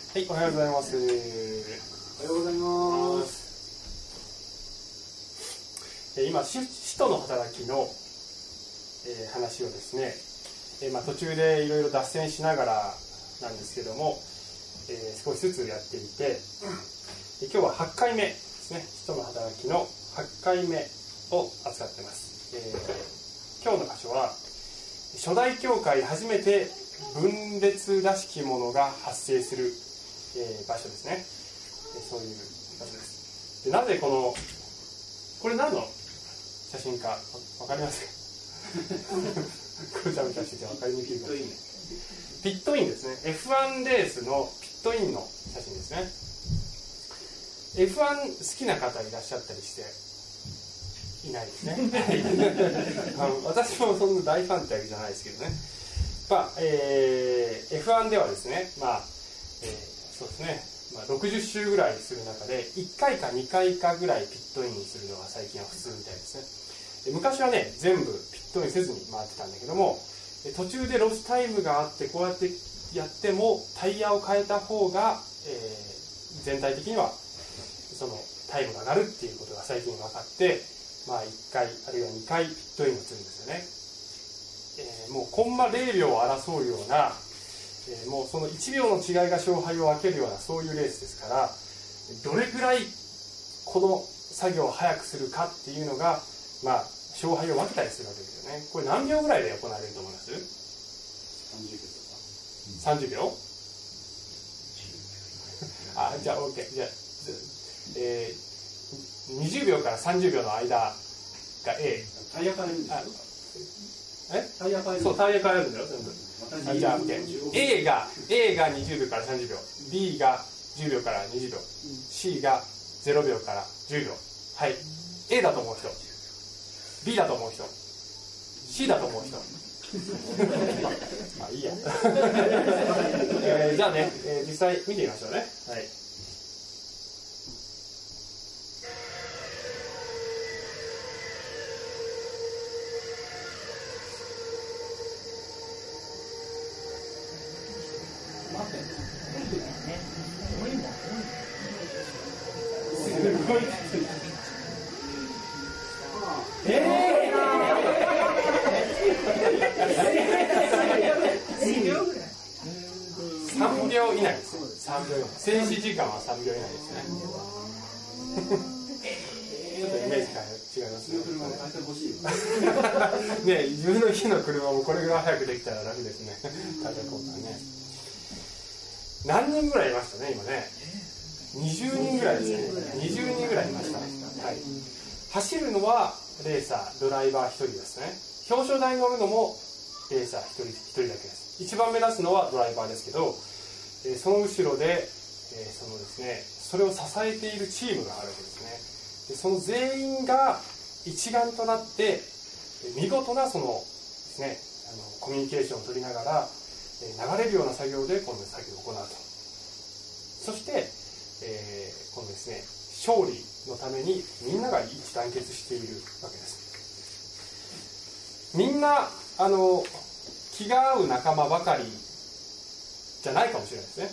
はい、おはようございます。 おはようございます。 今、使徒の働きの、話をですね、途中でいろいろ脱線しながらなんですけども、少しずつやっていて、今日は8回目ですね、使徒の働きの8回目を扱っています。今日の箇所は、初代教会初めて分裂らしきものが発生する場所ですね。そういう場所です。でなぜこれ何の写真かわかりますか？ごちゃごちゃしててわかりにくいかもしれない。ピットインですね。F1 レースのピットインの写真ですね。F1 好きな方いらっしゃったりしていないですね。私もそんな大ファンってわけじゃないですけどね。F1 ではですね、そうですね、60周ぐらいする中で1回か2回かぐらいピットインするのが最近は普通みたいですね。昔はね、全部ピットインせずに回ってたんだけども、途中でロスタイムがあって、こうやってやってもタイヤを変えた方が、全体的にはそのタイムが上がるっていうことが最近分かって、1回あるいは2回ピットインをするんですよね。もうコンマ0秒を争うような、もうその1秒の違いが勝敗を分けるようなそういうレースですから、どれくらいこの作業を早くするかっていうのが、勝敗を分けたりするわけですよね。これ何秒ぐらいで行われると思います？ 30秒とか。30秒？じゃあ OK。じゃあ、20秒から30秒の間が A。 タイヤ変えるんですか？タイヤ変える。 そう、タイヤ変えるんだよ、全部。じゃあ OK。A が20秒から30秒、B が10秒から20秒、C が0秒から10秒。はい。A だと思う人、B だと思う人、C だと思う人。いいや。じゃあね、実際見てみましょうね。はい。3秒以内です。3秒以内。静止時間は3秒以内ですね。ちょっとイメージが違いますね。自分の家の車もこれぐらい早くできたら楽ですね。タイヤ交換ね。何人ぐらいいましたね、今ね。20人ぐらいですね。20人ぐらいいました。はい。走るのはレーサー、ドライバー1人ですね。表彰台に乗るのもレーサー1人だけです。一番目立つのはドライバーですけど、その後ろで、それを支えているチームがあるわけですね。でその全員が一丸となって見事なコミュニケーションを取りながら流れるような作業でこの作業を行うと。そして、このですね、勝利のためにみんなが一致団結しているわけです。みんな気が合う仲間ばかりじゃないかもしれないですね。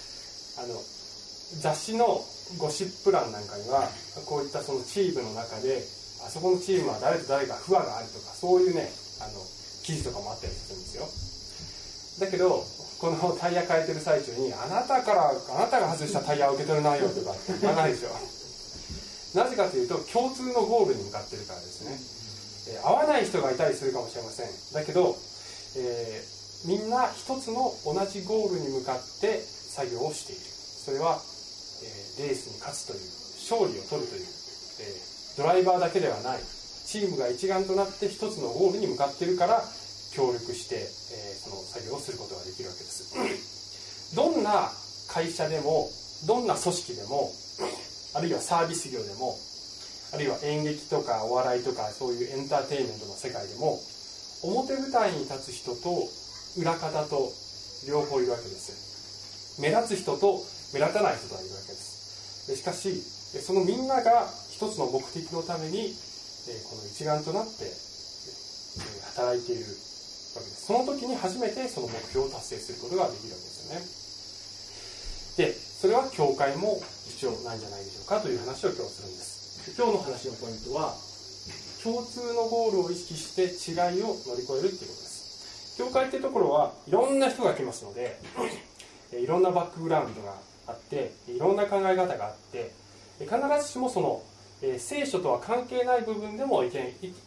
雑誌のゴシップ欄なんかにはこういったそのチームの中であそこのチームは誰と誰が不和があるとか、そういうね記事とかもあったりするんですよ。だけどこのタイヤ変えてる最中にあなたが外したタイヤを受け取れないよとかって言わないでしょ。なぜかというと共通のゴールに向かってるからですね。合わない人がいたりするかもしれません。だけど、みんな一つの同じゴールに向かって作業をしている。それは、レースに勝つという、勝利を取るという、ドライバーだけではない、チームが一丸となって一つのゴールに向かっているから協力して、その作業をすることができるわけです。どんな会社でも、どんな組織でも、あるいはサービス業でも、あるいは演劇とかお笑いとかそういうエンターテインメントの世界でも、表舞台に立つ人と裏方と両方いるわけです。目立つ人と目立たない人がいるわけです。しかしそのみんなが一つの目的のためにこの一丸となって働いているわけです。その時に初めてその目標を達成することができるわけですよね。 でそれは教会も一緒なんじゃないでしょうかという話を今日するんです。今日の話のポイントは共通のゴールを意識して違いを乗り越えるということです。教会っていうところはいろんな人が来ますので、いろんなバックグラウンドがあっていろんな考え方があって、必ずしもその聖書とは関係ない部分でも意見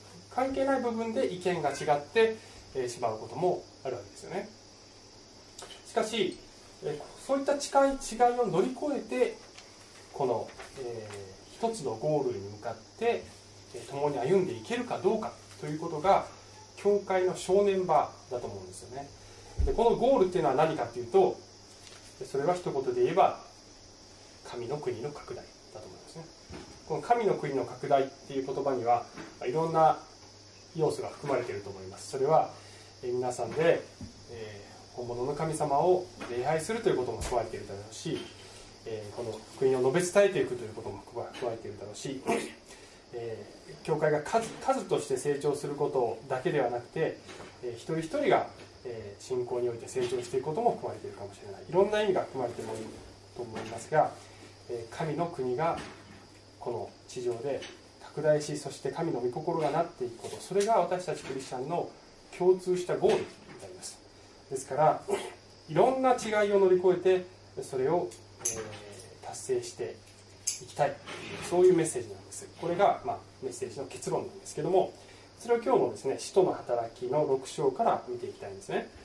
が違ってしまうこともあるわけですよね。しかしそういった違いを乗り越えてこの一つのゴールに向かって共に歩んでいけるかどうかということが教会の正念場だと思うんですよね。でこのゴールっていうのは何かというと、それは一言で言えば神の国の拡大だと思いますね。この神の国の拡大っていう言葉にはいろんな要素が含まれていると思います。それは皆さんで本物の神様を礼拝するということも含まれているだろうし、この福音を述べ伝えていくということも含まれているだろうし、教会が数として成長することだけではなくて、一人一人が信仰において成長していくことも含まれているかもしれない。いろんな意味が含まれていると思いますが、神の国がこの地上で拡大し、そして神の御心がなっていくこと、それが私たちクリスチャンの共通したゴールになります。ですからいろんな違いを乗り越えてそれを、達成していきたい、そういうメッセージなんです。これが、メッセージの結論なんですけども、それを今日のですね、使徒の働きの6章から見ていきたいんですね。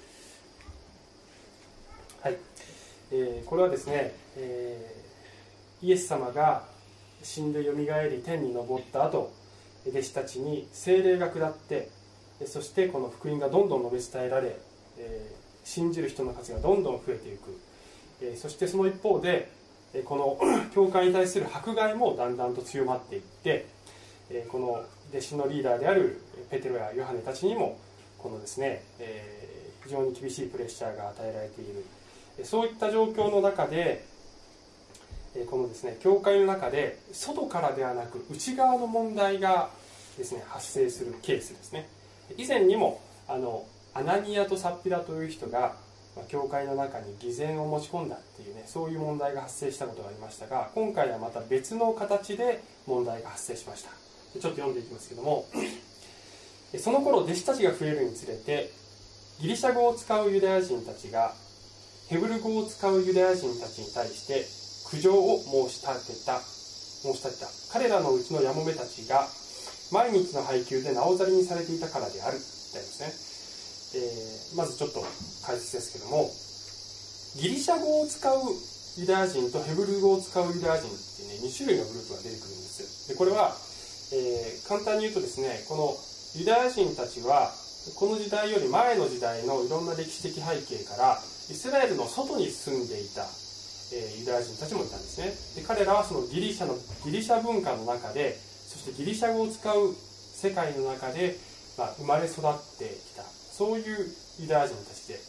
はい、これはですね、イエス様が死んでよみがえり天に昇った後、弟子たちに聖霊が下って、そしてこの福音がどんどん述べ伝えられ、信じる人の数がどんどん増えていく、そしてその一方でこの教会に対する迫害もだんだんと強まっていって、この弟子のリーダーであるペテロやヨハネたちにもこのですね、非常に厳しいプレッシャーが与えられている、そういった状況の中でこのですね、教会の中で外からではなく内側の問題がですね、発生するケースですね。以前にもアナニアとサッピラという人が教会の中に偽善を持ち込んだっていうね、そういう問題が発生したことがありましたが、今回はまた別の形で問題が発生しました。ちょっと読んでいきますけども、その頃弟子たちが増えるにつれてギリシャ語を使うユダヤ人たちがヘブル語を使うユダヤ人たちに対して苦情を申し立てた。彼らのうちのやもめたちが毎日の配給でなおざりにされていたからであるみたいですね。まずちょっと解説ですけども、ギリシャ語を使うユダヤ人とヘブル語を使うユダヤ人っていうね、2種類のグループが出てくるんです。でこれは、簡単に言うとですね、このユダヤ人たちはこの時代より前の時代のいろんな歴史的背景からイスラエルの外に住んでいたユダヤ人たちもいたんですね。で彼らはそのギリシャ文化の中で、そしてギリシャ語を使う世界の中で、生まれ育ってきた、そういうユダヤ人たちです。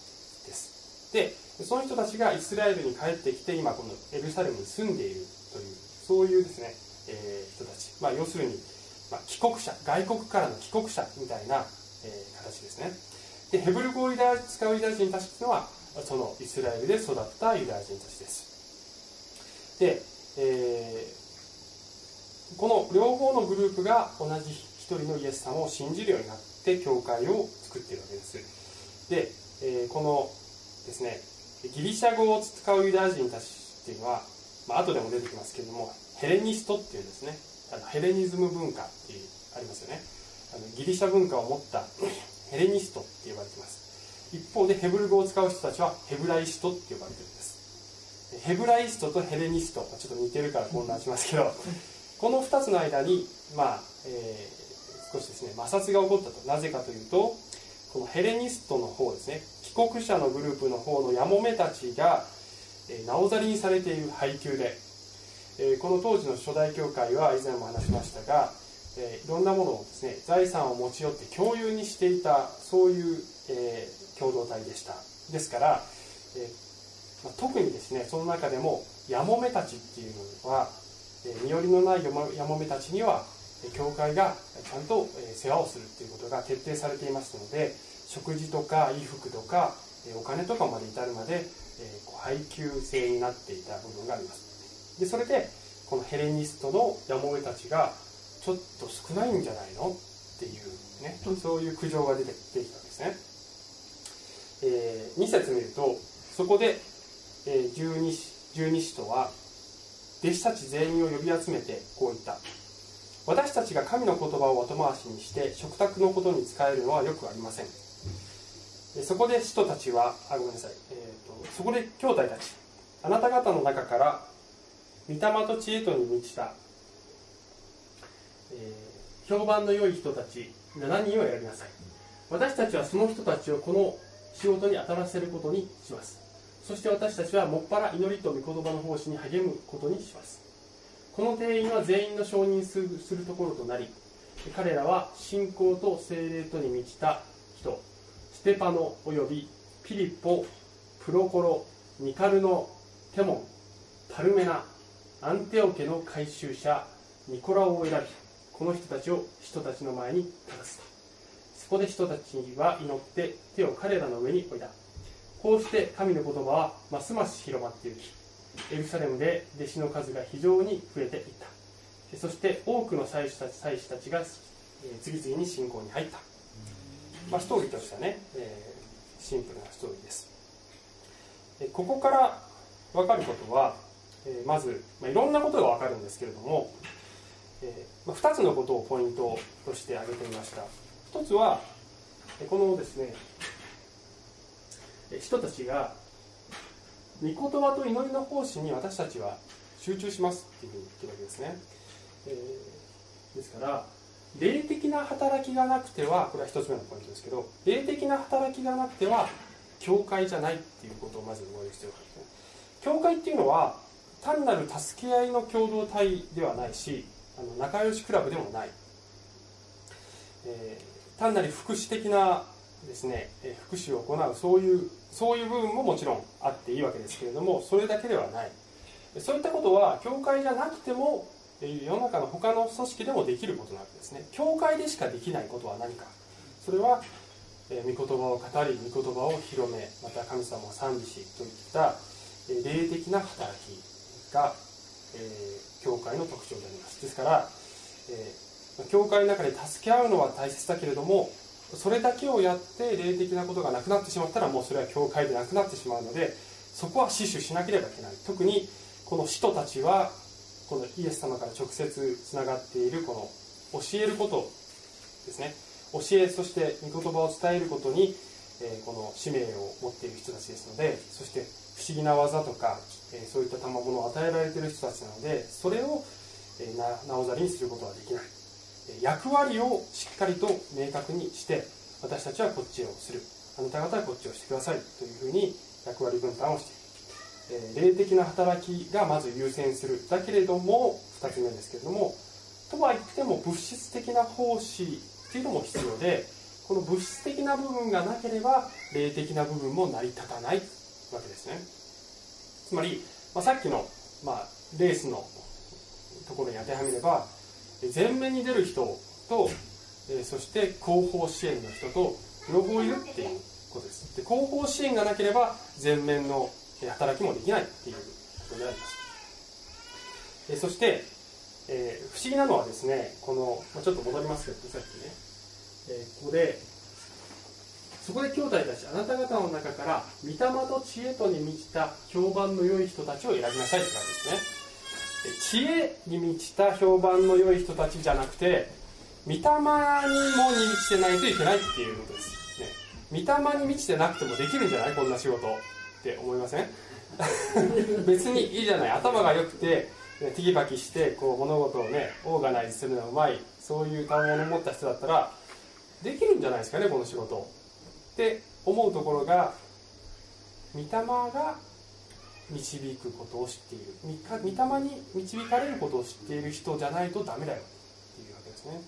でその人たちがイスラエルに帰ってきて今このエルサレムに住んでいるという、そういうですね、人たち、要するに、帰国者、外国からの帰国者みたいな、形ですね。でヘブル語を使うユダヤ人たちというのはそのイスラエルで育ったユダヤ人たちです。で、この両方のグループが同じ一人のイエス様を信じるようになって教会を作っているわけです。で、このですね、ギリシャ語を使うユダヤ人たちっていうのは、後でも出てきますけれどもヘレニストっていうんですね。ヘレニズム文化っていうありますよね。ギリシャ文化を持ったヘレニストって呼ばれています。一方でヘブル語を使う人たちはヘブライストって呼ばれているんです。ヘブライストとヘレニスト、ちょっと似てるから混乱しますけど、この2つの間に、少しですね摩擦が起こったと。なぜかというと、このヘレニストの方ですね、帰国者のグループの方のやもめたちがなおざりにされている配給で、この当時の初代教会は以前も話しましたが、いろんなものをですね、財産を持ち寄って共有にしていた、そういう、共同体でした。ですから、特にですね、その中でもやもめたちっていうのは、身寄りのないやもめたちには教会がちゃんと世話をするっていうことが徹底されていますので、食事とか衣服とかお金とかまで至るまで配給制になっていた部分があります。でそれでこのヘレニストのやもめたちがちょっと少ないんじゃないのっていうね、そういう苦情が出てきたわけですね。2節見ると、そこで十二使徒は弟子たち全員を呼び集めてこう言った。私たちが神の言葉を後回しにして食卓のことに使えるのはよくありません。そこで使徒たちはそこで兄弟たち、あなた方の中から御霊と知恵とに満ちた、評判の良い人たち7人を選びなさい。私たちはその人たちをこの仕事に当たらせることにします。そして私たちはもっぱら祈りと御言葉の奉仕に励むことにします。この定員は全員の承認するところとなり、彼らは信仰と聖霊とに満ちた人、ステパノおよびピリポ、プロコロ、ニカルノ、テモン、パルメナ、アンテオ家の改宗者ニコラオを選び、この人たちを人たちの前に立たせた。そこで人たちは祈って手を彼らの上に置いた。こうして神の言葉はますます広まっていき、エルサレムで弟子の数が非常に増えていった。そして多くの祭司たちが次々に信仰に入った。ストーリーとしてはね、シンプルなストーリーです。ここから分かることは、まず、いろんなことが分かるんですけれども、2つのことをポイントとして挙げてみました。1つはこのですね、人たちが御言葉と祈りの奉仕に私たちは集中しますっていうふうに言ってるわけですね。ですから霊的な働きがなくては、これは1つ目のポイントですけど、霊的な働きがなくては教会じゃないっていうことをまず覚える必要があるんですね。教会っていうのは単なる助け合いの共同体ではないし、仲良しクラブでもない、単なる福祉的なですね、福祉を行うそういう部分ももちろんあっていいわけですけれども、それだけではない。そういったことは教会じゃなくても世の中の他の組織でもできることなわけですね。教会でしかできないことは何か。それは御言葉を語り、御言葉を広め、また神様を賛美しといった霊的な働きが教会の特徴であります。ですから、教会の中で助け合うのは大切だけれども、それだけをやって霊的なことがなくなってしまったら、もうそれは教会でなくなってしまうので、そこは死守しなければいけない。特にこの使徒たちはこのイエス様から直接つながっているこの教えることですね、教え、そして御言葉を伝えることにこの使命を持っている人たちですので、そして不思議な技とかそういった賜物を与えられている人たちなので、それをなおざりにすることはできない。役割をしっかりと明確にして、私たちはこっちをする、あなた方はこっちをしてくださいというふうに役割分担をしている。霊的な働きがまず優先する。だけれども2つ目ですけれども、とは言っても物質的な奉仕っていうのも必要で、この物質的な部分がなければ霊的な部分も成り立たないわけですね。つまり、さっきの、レースのところに当てはめれば、前面に出る人と、そして後方支援の人と両方いるっていうことです。で、後方支援がなければ前面の働きもできないっていうことになります。そして、不思議なのはですね、このちょっと戻りますけど、さっきね、ここでそこで兄弟たち、あなた方の中から御霊と知恵とに満ちた評判の良い人たちを選びなさいって感じですね。知恵に満ちた評判の良い人たちじゃなくて、御霊にも満ちてないといけないっていうことですね。御霊に満ちてなくてもできるんじゃない、こんな仕事って思いません？別にいいじゃない。頭が良くてテキパキしてこう物事をねオーガナイズするのがうまい、そういう賜物を持った人だったらできるんじゃないですかね、この仕事って思うところが、御霊が導くことを知っている、御霊に導かれることを知っている人じゃないとダメだよっていうわけですね。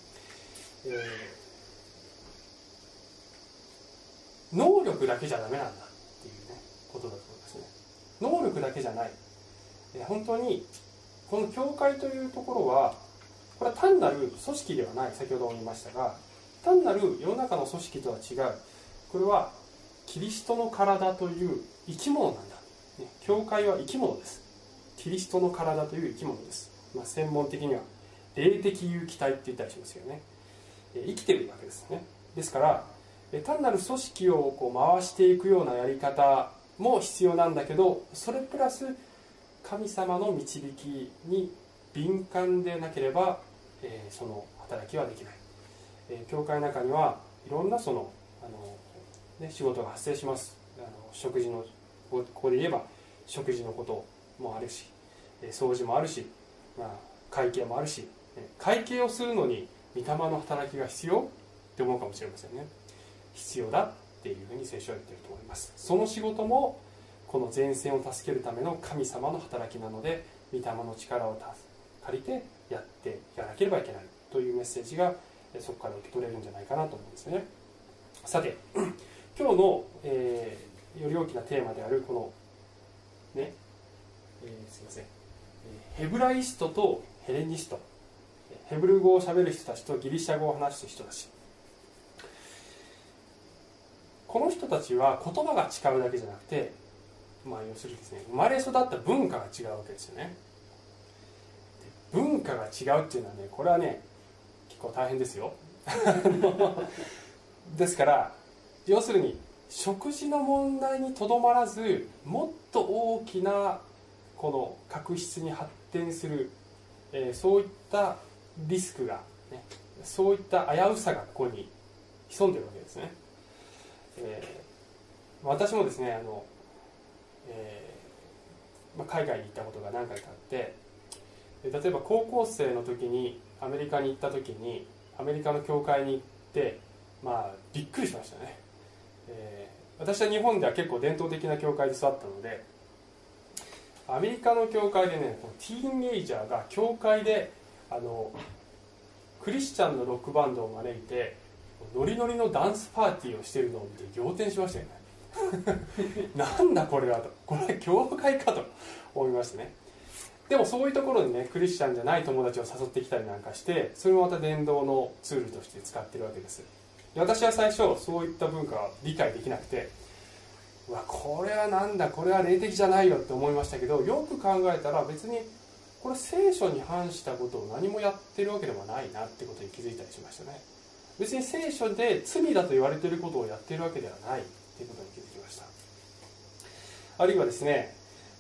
能力だけじゃダメなんだっていうねことだと思いますね。能力だけじゃない、本当にこの教会というところは、これは単なる組織ではない、先ほども言いましたが、単なる世の中の組織とは違う、これはキリストの体という生き物なんだ、ね、教会は生き物です。キリストの体という生き物です。専門的には霊的有機体って言ったりしますよね。生きてるわけですね。ですから単なる組織をこう回していくようなやり方も必要なんだけど、それプラス神様の導きに敏感でなければ、その働きはできない。教会の中にはいろんな仕事が発生します。食事の、ここで言えば食事のこともあるし、掃除もあるし、会計もあるし、会計をするのに御霊の働きが必要って思うかもしれませんね。必要だっていうふうに聖書は言っていると思います。その仕事もこの前線を助けるための神様の働きなので、御霊の力を借りてやっていかなければいけないというメッセージがそこから受け取れるんじゃないかなと思うんですね。さて今日の、より大きなテーマであるこのね、すいません、ヘブライストとヘレニスト、ヘブル語をしゃべる人たちとギリシャ語を話す人たち、この人たちは言葉が違うだけじゃなくて、要するにですね、生まれ育った文化が違うわけですよね。文化が違うっていうのはね、これはね結構大変ですよですから要するに食事の問題にとどまらず、もっと大きなこの確執に発展する、そういったリスクが、ね、そういった危うさがここに潜んでいるわけですね。私もですね海外に行ったことが何回かあって、例えば高校生の時にアメリカに行った時にアメリカの教会に行って、びっくりしましたね。私は日本では結構伝統的な教会で育ったので、アメリカの教会でね、ティーンエイジャーが教会でクリスチャンのロックバンドを招いてノリノリのダンスパーティーをしているのを見て仰天しましたよねなんだこれはと、これ教会かと思いましてね。でもそういうところにね、クリスチャンじゃない友達を誘ってきたりなんかして、それもまた伝道のツールとして使ってるわけです。で、私は最初そういった文化は理解できなくて、これはなんだ、これは霊的じゃないよって思いましたけど、よく考えたら別にこれ聖書に反したことを何もやってるわけでもないなってことに気づいたりしましたね。別に聖書で罪だと言われていることをやっているわけではないっていうことに気づきました。あるいはですね、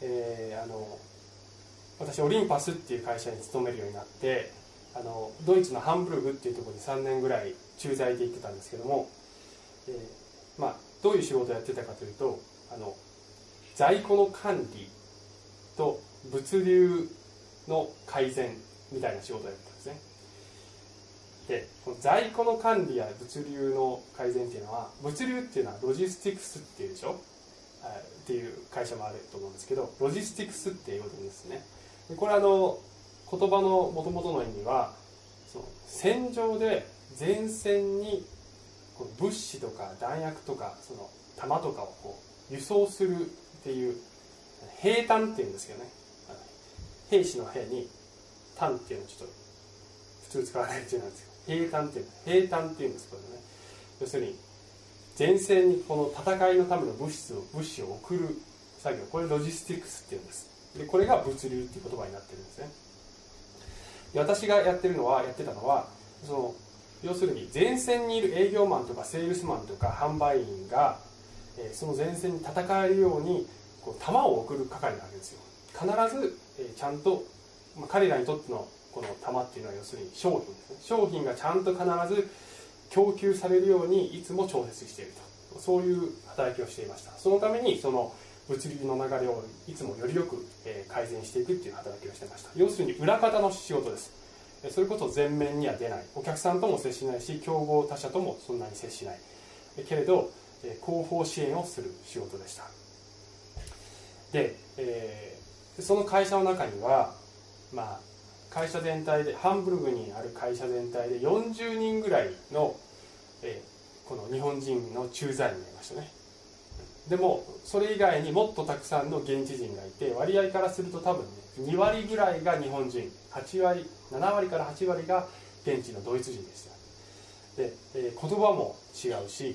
私オリンパスっていう会社に勤めるようになって、ドイツのハンブルグっていうところに3年ぐらい駐在で行ってたんですけども、どういう仕事をやってたかというと、在庫の管理と物流の改善みたいな仕事をやってたんですね。で、この在庫の管理や物流の改善っていうのは、物流っていうのはロジスティクスっていうでしょ、っていう会社もあると思うんですけど、ロジスティクスっていうことですね。これ言葉の元々の意味は、戦場で前線に物資とか弾薬とか弾とかを輸送するっていう兵隊っていうんですけどね、兵士の兵に隊っていうのはちょっと普通使わないっていうなんですけど、兵隊っていうんですけどね、要するに前線にこの戦いのための物資を送る作業、これロジスティクスっていうんです。で、これが物流っていう言葉になってるんですね。で、私がやってたのは要するに前線にいる営業マンとかセールスマンとか販売員が、その前線に戦えるように弾を送る係なわけですよ。必ず、ちゃんと、彼らにとってのこの弾っていうのは要するに商品ですね。商品がちゃんと必ず供給されるようにいつも調節していると、そういう働きをしていました。そのために物流の流れをいつもよりよく改善していくっていう働きをしていました。要するに裏方の仕事です。それこそ前面には出ない、お客さんとも接しないし、競合他社ともそんなに接しないけれど、後方支援をする仕事でした。で、その会社の中には、会社全体で、ハンブルグにある会社全体で40人ぐらいの、この日本人の駐在員がいましたね。でもそれ以外にもっとたくさんの現地人がいて、割合からすると多分ね、2割ぐらいが日本人、7割から8割が現地のドイツ人でした。で、言葉も違うし、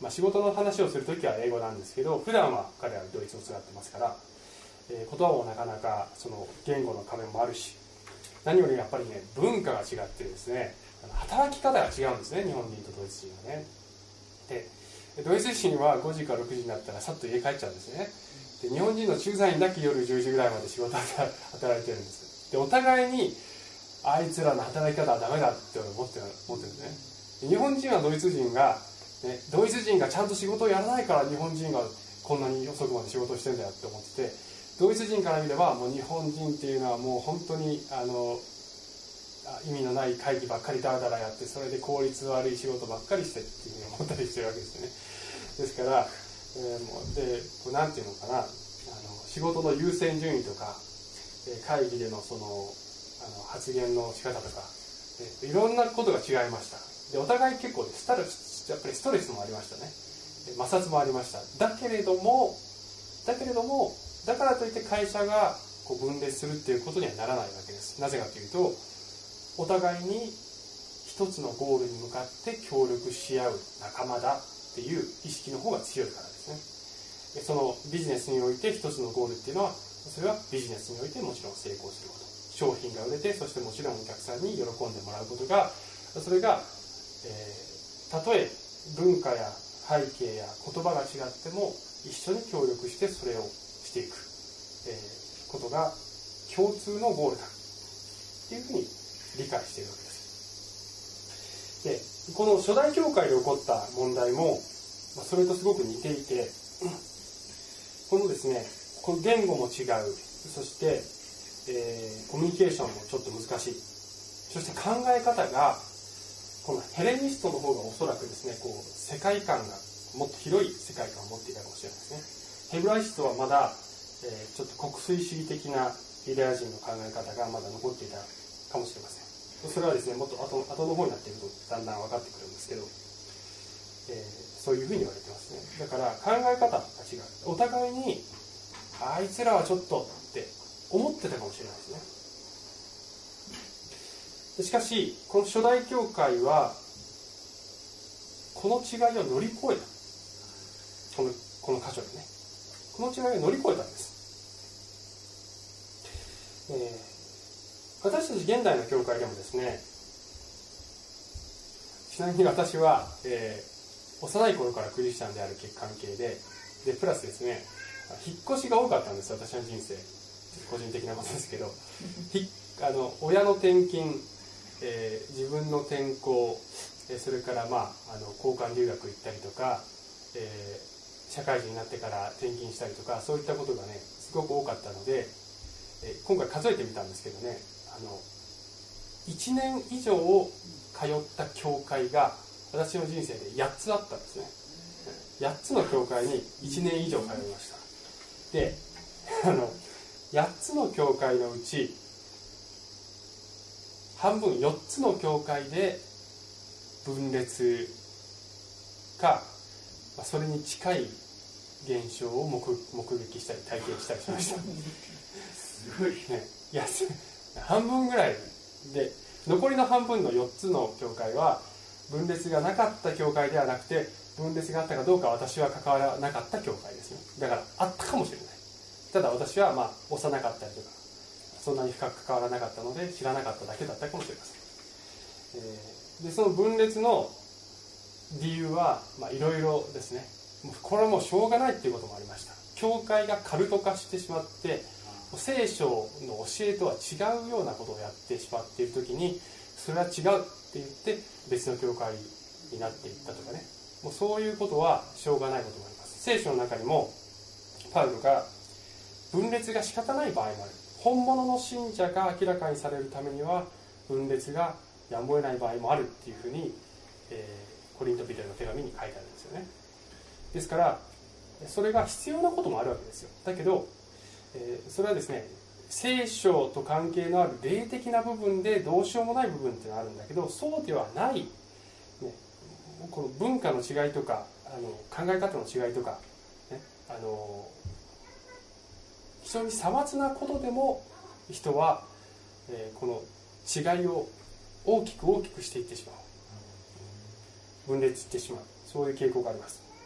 仕事の話をするときは英語なんですけど、普段は彼はドイツ語を使ってますから、言葉もなかなかその言語の壁もあるし、何よりやっぱりね、文化が違ってですね、働き方が違うんですね、日本人とドイツ人はね。でドイツ人は5時から6時になったらさっと家帰っちゃうんですね。で日本人の駐在員だけ夜10時ぐらいまで仕事で働いてるんです。でお互いにあいつらの働き方はダメだって思ってるんですね。日本人はドイツ人が、ね、ドイツ人がちゃんと仕事をやらないから日本人がこんなに遅くまで仕事をしてるんだよって思ってて、ドイツ人から見ればもう日本人っていうのはもう本当に意味のない会議ばっかりダラダラやって、それで効率悪い仕事ばっかりしてっていうふうに思ったりしてるわけですよね。ですから、これなんていうのかな、仕事の優先順位とか、会議でのその発言の仕方とか、いろんなことが違いました。でお互い結構やっぱりストレスもありましたね。摩擦もありました。だけれどもだからといって会社がこう分裂するっていうことにはならないわけです。なぜかというと、お互いに一つのゴールに向かって協力し合う仲間だっていう意識の方が強いからですね。そのビジネスにおいて一つのゴールっていうのは、それはビジネスにおいてもちろん成功すること、商品が売れて、そしてもちろんお客さんに喜んでもらうことが、それが、たとえ文化や背景や言葉が違っても一緒に協力してそれをしていく、ことが共通のゴールだっていうふうに理解しているわけです。でこの初代教会で起こった問題もそれとすごく似ていて、このですね、この言語も違う、そして、コミュニケーションもちょっと難しい、そして考え方がこのヘレニストの方がおそらくですね、こう世界観がもっと広い世界観を持っていたかもしれないですね。ヘブライストはまだ、ちょっと国粋主義的なユダヤ人の考え方がまだ残っていたかもしれません。それはですね、もっと後の方になっていくとだんだん分かってくるんですけど、そういうふうに言われてますね。だから考え方が違う。お互いにあいつらはちょっとって思ってたかもしれないですね。しかしこの初代教会はこの違いを乗り越えた。この箇所でね、この違いを乗り越えたんです。私たち現代の教会でもですね、ちなみに私は、幼い頃からクリスチャンである関係でプラスですね、引っ越しが多かったんです。私の人生、個人的なことですけど親の転勤、自分の転校、それから、交換留学行ったりとか、社会人になってから転勤したりとか、そういったことがねすごく多かったので、今回数えてみたんですけどね、1年以上通った教会が私の人生で8つあったんですね。8つの教会に1年以上通いました。で8つの教会のうち半分4つの教会で分裂か、それに近い現象を目撃したり体験したりしましたすごいね。いや半分ぐらいで、残りの半分の4つの教会は分裂がなかった教会ではなくて、分裂があったかどうか私は関わらなかった教会ですね。だからあったかもしれない。ただ私は幼かったりとかそんなに深く関わらなかったので知らなかっただけだったかもしれません。でその分裂の理由はいろいろですね。これはもうしょうがないっていうこともありました。教会がカルト化してしまって、聖書の教えとは違うようなことをやってしまっているときに、それは違うって言って別の教会になっていったとかね、もうそういうことはしょうがないこともあります。聖書の中にもパウロが分裂が仕方ない場合もある、本物の信者が明らかにされるためには分裂がやむを得ない場合もあるっていうふうに、コリント人への手紙に書いてあるんですよね。ですからそれが必要なこともあるわけですよ。だけど、それはですね、聖書と関係のある霊的な部分でどうしようもない部分っていうのがあるんだけど、そうではない、ね、この文化の違いとか考え方の違いとか、ね、非常にさまつなことでも人は、この違いを大きくしていってしまう、分裂してしまう、そういう傾向があります。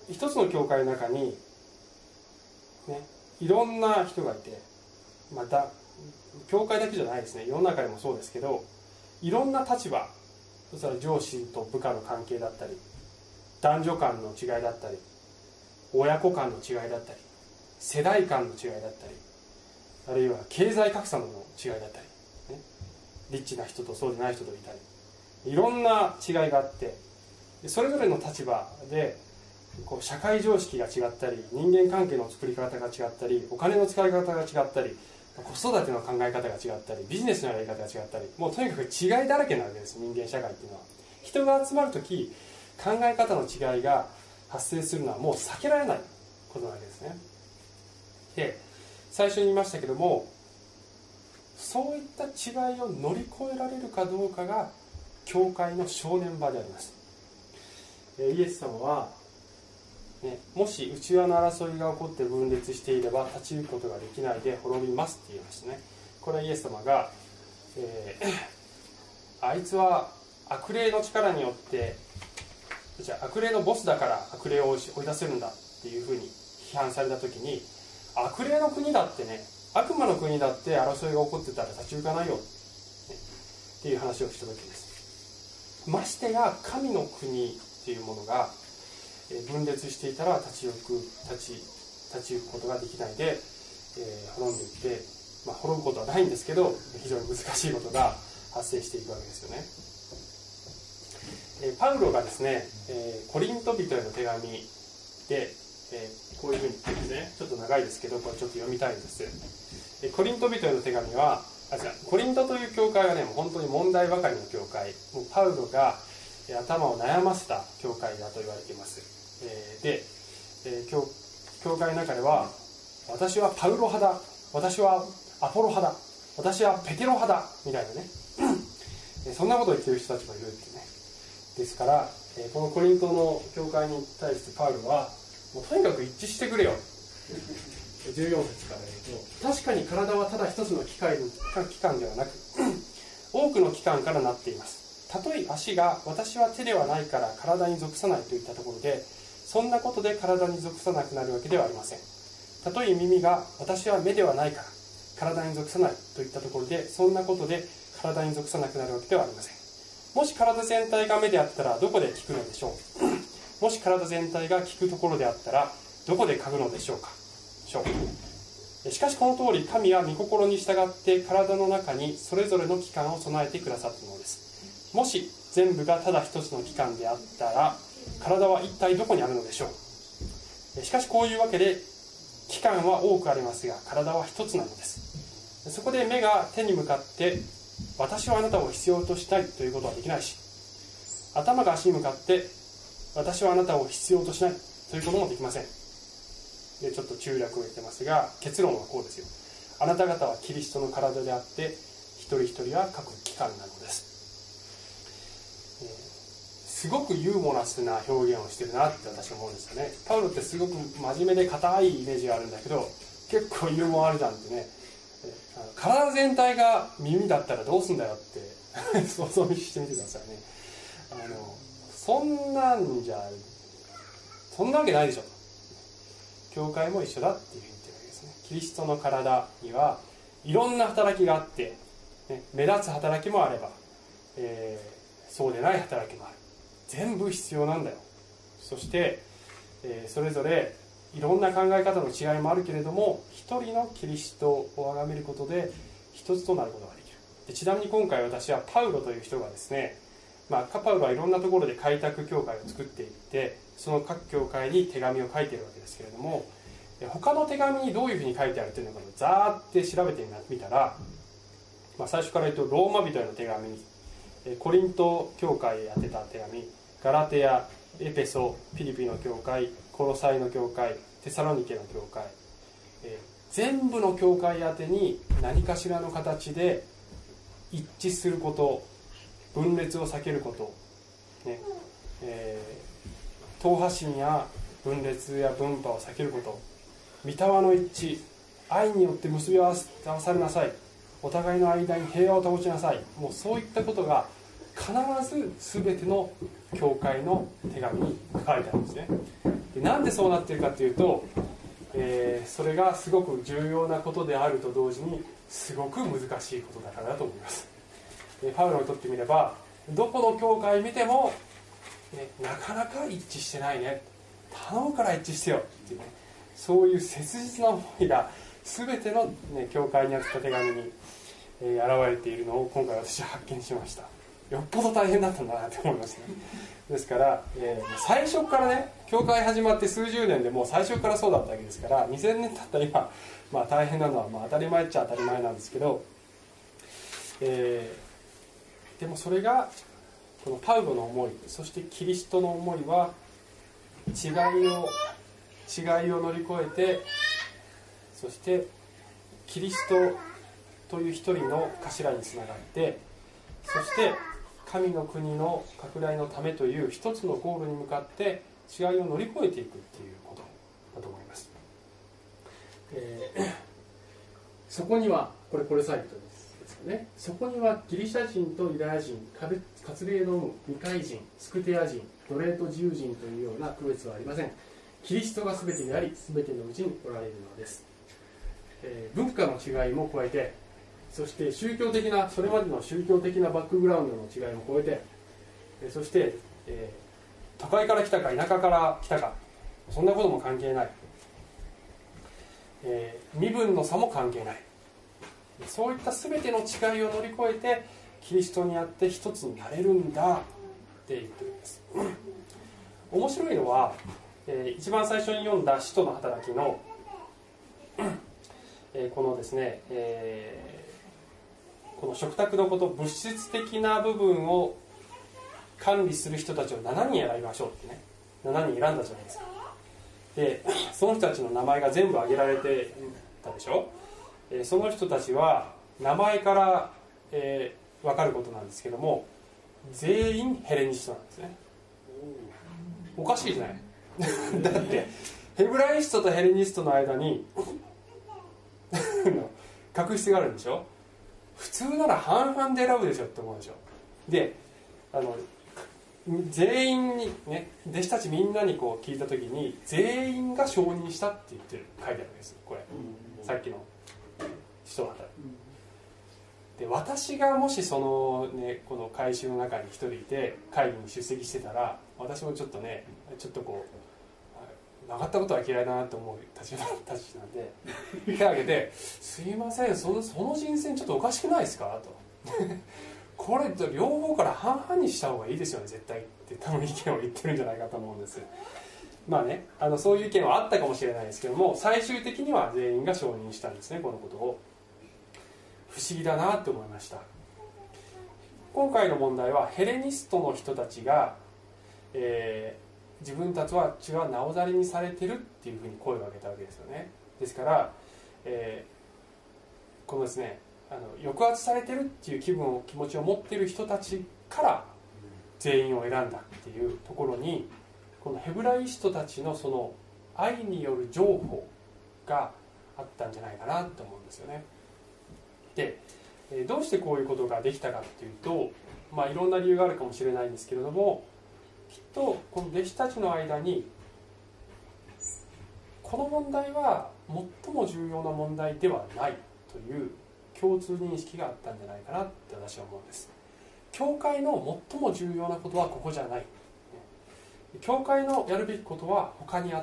一つの教会の中に、ね、いろんな人がいて、また教会だけじゃないですね、世の中でもそうですけど、いろんな立場、そしたら上司と部下の関係だったり、男女間の違いだったり、親子間の違いだったり、世代間の違いだったり、あるいは経済格差の違いだったり、ね、リッチな人とそうでない人といたり、いろんな違いがあって、それぞれの立場でこう社会常識が違ったり、人間関係の作り方が違ったり、お金の使い方が違ったり、子育ての考え方が違ったり、ビジネスのやり方が違ったり、もうとにかく違いだらけなわけです。人間社会っていうのは人が集まるとき、考え方の違いが発生するのはもう避けられないことなわけですね。で、最初に言いましたけども、そういった違いを乗り越えられるかどうかが教会の正念場であります。イエス様は、ね、もし内輪の争いが起こって分裂していれば立ち行くことができないで滅びますって言いましたね。これはイエス様が、あいつは悪霊の力によって悪霊のボスだから悪霊を追い出せるんだっていうふうに批判された時に、悪霊の国だってね、悪魔の国だって争いが起こってたら立ち行かないよ、ね、っていう話をした時です。ましてや神の国っていうものが分裂していたら立ち行くことができないで、滅んでいって、滅ぶことはないんですけど、非常に難しいことが発生していくわけですよね。パウロがですね、コリント人への手紙で、こういうふうに言ってるんですね。ちょっと長いですけど、これちょっと読みたいんです。コリント人への手紙は、コリントという教会はね、もう本当に問題ばかりの教会、もうパウロが頭を悩ませた教会だと言われています。で、教会の中では、私はパウロ派だ、私はアポロ派だ、私はペテロ派だみたいなねそんなことを言っている人たちもいるってね。ですから、このコリントの教会に対してパウロはもうとにかく一致してくれよ14節から言うと、確かに体はただ一つの器官ではなく多くの器官からなっています。たとえ足が私は手ではないから体に属さないといったところで、そんなことで体に属さなくなるわけではありません。たとえ耳が私は目ではないから体に属さないといったところで、そんなことで体に属さなくなるわけではありません。もし体全体が目であったらどこで聞くのでしょうもし体全体が聞くところであったらどこで嗅ぐのでしょうか。しかしこの通り、神は御心に従って体の中にそれぞれの器官を備えてくださったのです。もし全部がただ一つの器官であったら体は一体どこにあるのでしょう。しかしこういうわけで器官は多くありますが体は一つなのです。そこで目が手に向かって私はあなたを必要としたいということはできないし、頭が足に向かって私はあなたを必要としないということもできません。でちょっと中略を言ってますが、結論はこうですよ。あなた方はキリストの体であって一人一人は各器官なのです。すごくユーモラスな表現をしてるなって私は思うんですよね。パウロってすごく真面目で硬いイメージがあるんだけど、結構ユーモアあるじゃんってね。体全体が耳だったらどうすんだよって想像してみてくださいね。そんなわけないでしょ。教会も一緒だっていうふうに言ってるわけですね。キリストの体にはいろんな働きがあって、ね、目立つ働きもあれば、そうでない働きもある。全部必要なんだよ。そして、それぞれいろんな考え方の違いもあるけれども、一人のキリストを崇めることで一つとなることができる。でちなみに今回私はパウロという人がですね、パウロはいろんなところで開拓教会を作っていって、その各教会に手紙を書いているわけですけれども、他の手紙にどういうふうに書いてあるというのかをざーって調べてみたら、最初から言うとローマ人への手紙、コリント教会へ宛てた手紙、ガラテヤ、エペソ、ピリピの教会、コロサイの教会、テサロニケの教会、全部の教会宛てに何かしらの形で一致すること、分裂を避けること、ね、党派心や分裂や分派を避けること、御霊の一致、愛によって結び合わされなさい、お互いの間に平和を保ちなさい、もうそういったことが必ず全ての教会の手紙に書かれてあるんですね。 でなんでそうなっているかというと、それがすごく重要なことであると同時にすごく難しいことだからだと思います。パウロにとってみればどこの教会見ても、なかなか一致してないね、頼むから一致してよっていうね、そういう切実な思いが全ての、教会にあった手紙に、現れているのを今回私は発見しました。よっぽど大変だったんだなって思いますね。ですから、最初からね、教会始まって数十年でもう最初からそうだったわけですから、2000年経った今、大変なのは当たり前っちゃ当たり前なんですけど、でもそれがこのパウロの思い、そしてキリストの思いは違いを乗り越えて、そしてキリストという一人の頭につながって、そして神の国の拡大のためという一つのゴールに向かって違いを乗り越えていくっていうことだと思います。そこにはこれサイトですよね。そこにはギリシャ人とユダヤ人、割礼の有無、未開人、スクテア人、奴隷と自由人というような区別はありません。キリストが全てであり、全てのうちにおられるのです。文化の違いも加えて、そしてそれまでの宗教的なバックグラウンドの違いも超えて、そして、都会から来たか田舎から来たか、そんなことも関係ない、身分の差も関係ない、そういった全ての違いを乗り越えてキリストにあって一つになれるんだって言ってるんです。面白いのは、一番最初に読んだ使徒の働きのこのですね、この食卓のこと、物質的な部分を管理する人たちを7人選びましょうってね、7人選んだじゃないですか。でその人たちの名前が全部挙げられてたでしょ。その人たちは名前から、分かることなんですけども、全員ヘレニストなんですね。おかしいじゃないだってヘブライストとヘレニストの間に確執があるんでしょ。普通なら半々で選ぶでしょって思うでしょ。で全員にね、弟子たちみんなにこう聞いた時に全員が承認したって言ってる、書いてあるわけです。これ、さっきの使徒の働きで、私がもしそのね、この会衆の中に一人いて会議に出席してたら、私もちょっとこう曲がったことは嫌いだなと思う立ちなんで手を挙げてすいません、その人選ちょっとおかしくないですかとこれ両方から半々にした方がいいですよね絶対って多分意見を言ってるんじゃないかと思うんです。そういう意見はあったかもしれないですけども、最終的には全員が承認したんですね、このことを。不思議だなって思いました。今回の問題はヘレニストの人たちが、自分たちは血はなおざりにされてるっていうふうに声を上げたわけですよね。ですから、このですね、抑圧されてるっていう気持ちを持っている人たちから全員を選んだっていうところに、このヘブライストたちのその愛による情報があったんじゃないかなと思うんですよね。で、どうしてこういうことができたかっていうと、いろんな理由があるかもしれないんですけれども、きっとこの弟子たちの間にこの問題は最も重要な問題ではないという共通認識があったんじゃないかなって私は思うんです。教会の最も重要なことはここじゃない。教会のやるべきことは他にあって、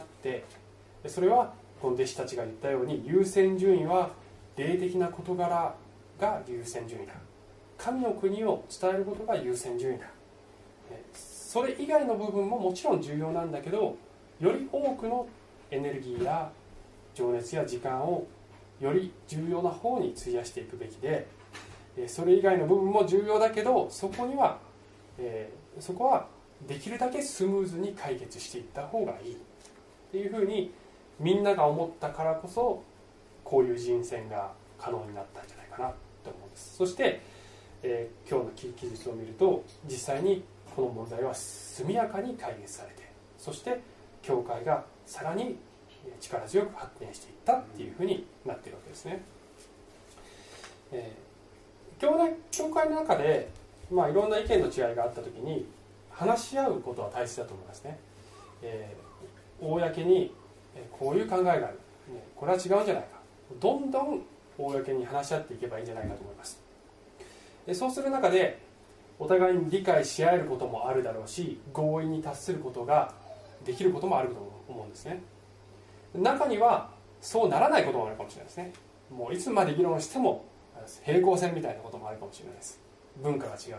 それはこの弟子たちが言ったように優先順位は霊的な事柄が優先順位だ。神の国を伝えることが優先順位だ。それ以外の部分ももちろん重要なんだけど、より多くのエネルギーや情熱や時間をより重要な方に費やしていくべきで、それ以外の部分も重要だけど、そこはできるだけスムーズに解決していった方がいいっていうふうにみんなが思ったからこそ、こういう人選が可能になったんじゃないかなと思うんです。そして、今日の記述を見ると、実際にこの問題は速やかに解決されて、そして教会がさらに力強く発展していったっていうふうになっているわけですね。教会の中で、いろんな意見の違いがあったときに話し合うことは大切だと思いますね。 公にこういう考えがある、これは違うんじゃないか、どんどん公に話し合っていけばいいんじゃないかと思います。そうする中でお互いに理解し合えることもあるだろうし、合意に達することができることもあると思うんですね。中にはそうならないこともあるかもしれないですね。もういつまで議論しても平行線みたいなこともあるかもしれないです。文化が違うから。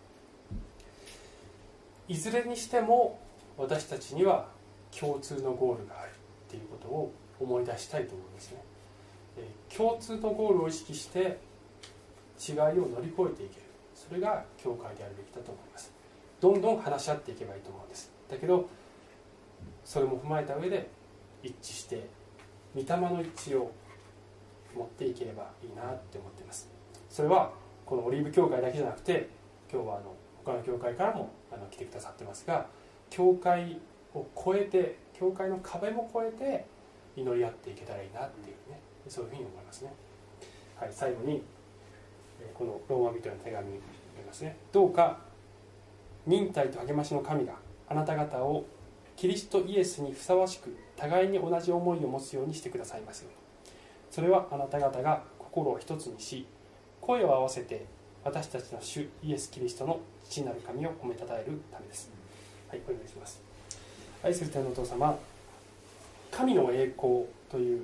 いずれにしても私たちには共通のゴールがあるっていうことを思い出したいと思いますね。共通のゴールを意識して違いを乗り越えていける、それが教会であるべきだと思います。どんどん話し合っていけばいいと思うんです。だけどそれも踏まえた上で一致して御霊の一致を持っていければいいなって思っています。それはこのオリーブ教会だけじゃなくて、今日は他の教会からも来てくださってますが、教会を越えて、教会の壁も越えて祈り合っていけたらいいなっていうね、そういうふうに思いますね。はい、最後にこのローマ人への手紙に読みますね。どうか忍耐と励ましの神があなた方をキリストイエスにふさわしく互いに同じ思いを持つようにしてくださいますように。それはあなた方が心を一つにし、声を合わせて私たちの主イエス・キリストの父なる神を褒めたたえるためです。はい、お願いします。愛する天のお父様、神の栄光という、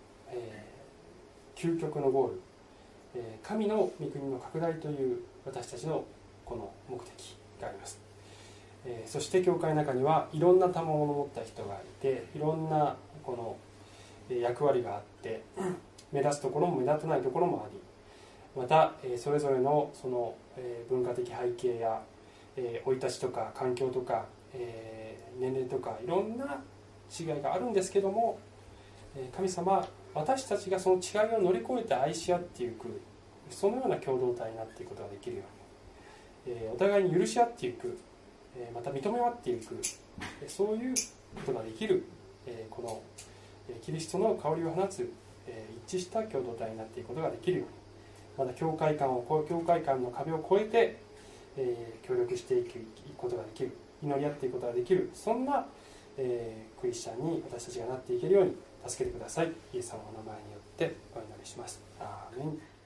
究極のゴール、神の御国の拡大という私たちのこの目的があります。そして教会の中にはいろんな賜物を持った人がいて、いろんなこの役割があって、目立つところも目立たないところもあり、またそれぞれのその文化的背景や生い立ちとか環境とか年齢とかいろんな違いがあるんですけども、神様、私たちがその違いを乗り越えて愛し合っていく、そのような共同体になっていくことができるように、お互いに許し合っていく、また認め合っていく、そういうことができる、このキリストの香りを放つ一致した共同体になっていくことができるように、また教会間の壁を越えて、協力していくことができる、祈り合っていくことができる、そんな、クリスチャンに私たちがなっていけるように助けてください。イエス様のお名前によってお祈りします。アーメン。